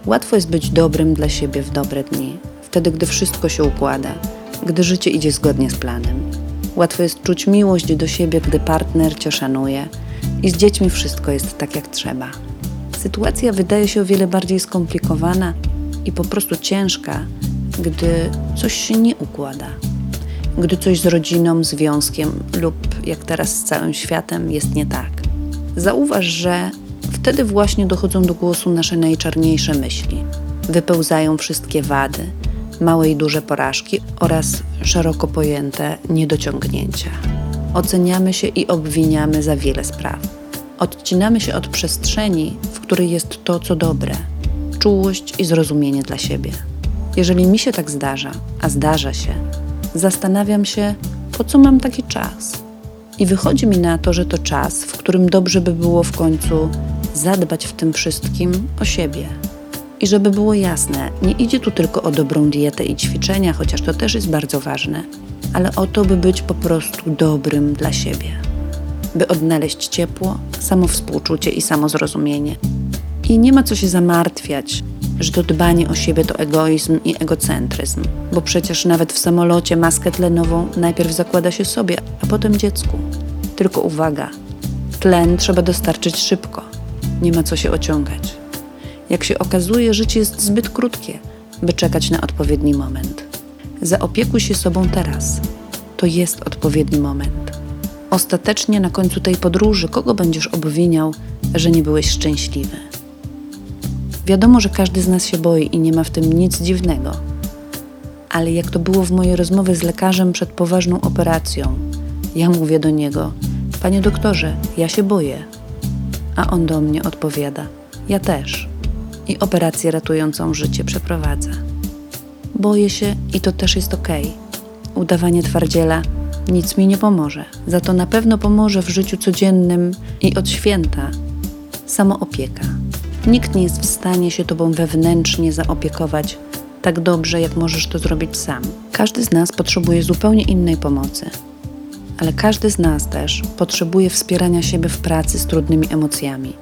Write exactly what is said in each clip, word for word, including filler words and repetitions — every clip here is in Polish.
Łatwo jest być dobrym dla siebie w dobre dni, wtedy gdy wszystko się układa, gdy życie idzie zgodnie z planem. Łatwo jest czuć miłość do siebie, gdy partner cię szanuje i z dziećmi wszystko jest tak jak trzeba. Sytuacja wydaje się o wiele bardziej skomplikowana i po prostu ciężka, gdy coś się nie układa. Gdy coś z rodziną, związkiem lub jak teraz z całym światem jest nie tak. Zauważ, że wtedy właśnie dochodzą do głosu nasze najczarniejsze myśli. Wypełzają wszystkie wady, małe i duże porażki oraz szeroko pojęte niedociągnięcia. Oceniamy się i obwiniamy za wiele spraw. Odcinamy się od przestrzeni, w której jest to, co dobre, czułość i zrozumienie dla siebie. Jeżeli mi się tak zdarza, a zdarza się, zastanawiam się, po co mam taki czas. I wychodzi mi na to, że to czas, w którym dobrze by było w końcu zadbać w tym wszystkim o siebie. I żeby było jasne, nie idzie tu tylko o dobrą dietę i ćwiczenia, chociaż to też jest bardzo ważne, ale o to, by być po prostu dobrym dla siebie. By odnaleźć ciepło, samowspółczucie i samozrozumienie. I nie ma co się zamartwiać, że to dbanie o siebie to egoizm i egocentryzm, bo przecież nawet w samolocie maskę tlenową najpierw zakłada się sobie, a potem dziecku. Tylko uwaga, tlen trzeba dostarczyć szybko, nie ma co się ociągać. Jak się okazuje, życie jest zbyt krótkie, by czekać na odpowiedni moment. Zaopiekuj się sobą teraz, to jest odpowiedni moment. Ostatecznie na końcu tej podróży kogo będziesz obwiniał, że nie byłeś szczęśliwy? Wiadomo, że każdy z nas się boi i nie ma w tym nic dziwnego. Ale jak to było w mojej rozmowie z lekarzem przed poważną operacją, ja mówię do niego: panie doktorze, ja się boję. A on do mnie odpowiada: ja też. I operację ratującą życie przeprowadza. Boję się i to też jest okej. Udawanie twardziela nic mi nie pomoże. Za to na pewno pomoże w życiu codziennym i od święta samoopieka. Nikt nie jest w stanie się tobą wewnętrznie zaopiekować tak dobrze, jak możesz to zrobić sam. Każdy z nas potrzebuje zupełnie innej pomocy. Ale każdy z nas też potrzebuje wspierania siebie w pracy z trudnymi emocjami.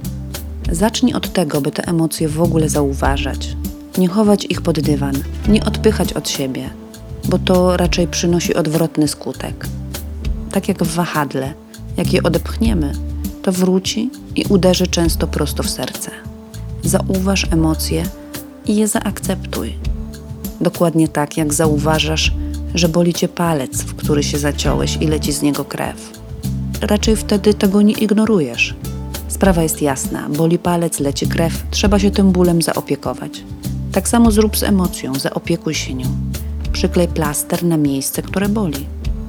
Zacznij od tego, by te emocje w ogóle zauważać. Nie chować ich pod dywan, nie odpychać od siebie, bo to raczej przynosi odwrotny skutek. Tak jak w wahadle, jak je odepchniemy, to wróci i uderzy często prosto w serce. Zauważ emocje i je zaakceptuj. Dokładnie tak, jak zauważasz, że boli cię palec, w który się zaciąłeś i leci z niego krew. Raczej wtedy tego nie ignorujesz. Sprawa jest jasna, boli palec, leci krew, trzeba się tym bólem zaopiekować. Tak samo zrób z emocją, zaopiekuj się nią. Przyklej plaster na miejsce, które boli.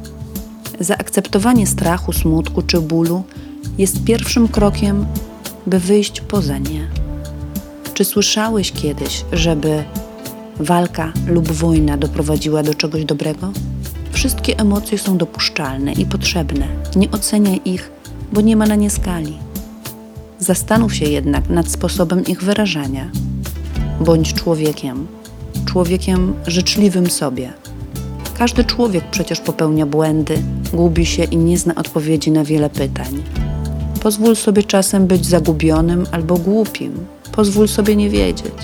Zaakceptowanie strachu, smutku czy bólu jest pierwszym krokiem, by wyjść poza nie. Czy słyszałeś kiedyś, żeby walka lub wojna doprowadziła do czegoś dobrego? Wszystkie emocje są dopuszczalne i potrzebne. Nie oceniaj ich, bo nie ma na nie skali. Zastanów się jednak nad sposobem ich wyrażania. Bądź człowiekiem. Człowiekiem życzliwym sobie. Każdy człowiek przecież popełnia błędy, gubi się i nie zna odpowiedzi na wiele pytań. Pozwól sobie czasem być zagubionym albo głupim. Pozwól sobie nie wiedzieć.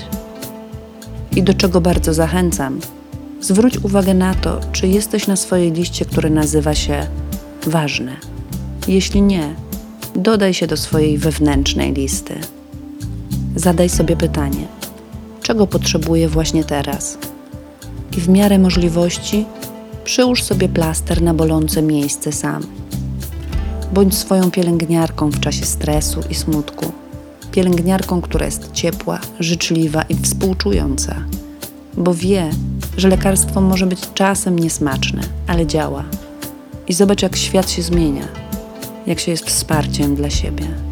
I do czego bardzo zachęcam, zwróć uwagę na to, czy jesteś na swojej liście, która nazywa się ważne. Jeśli nie, dodaj się do swojej wewnętrznej listy. Zadaj sobie pytanie, czego potrzebuję właśnie teraz? I w miarę możliwości przyłóż sobie plaster na bolące miejsce sam. Bądź swoją pielęgniarką w czasie stresu i smutku. Pielęgniarką, która jest ciepła, życzliwa i współczująca, bo wie, że lekarstwo może być czasem niesmaczne, ale działa. I zobacz, jak świat się zmienia, jak się jest wsparciem dla siebie.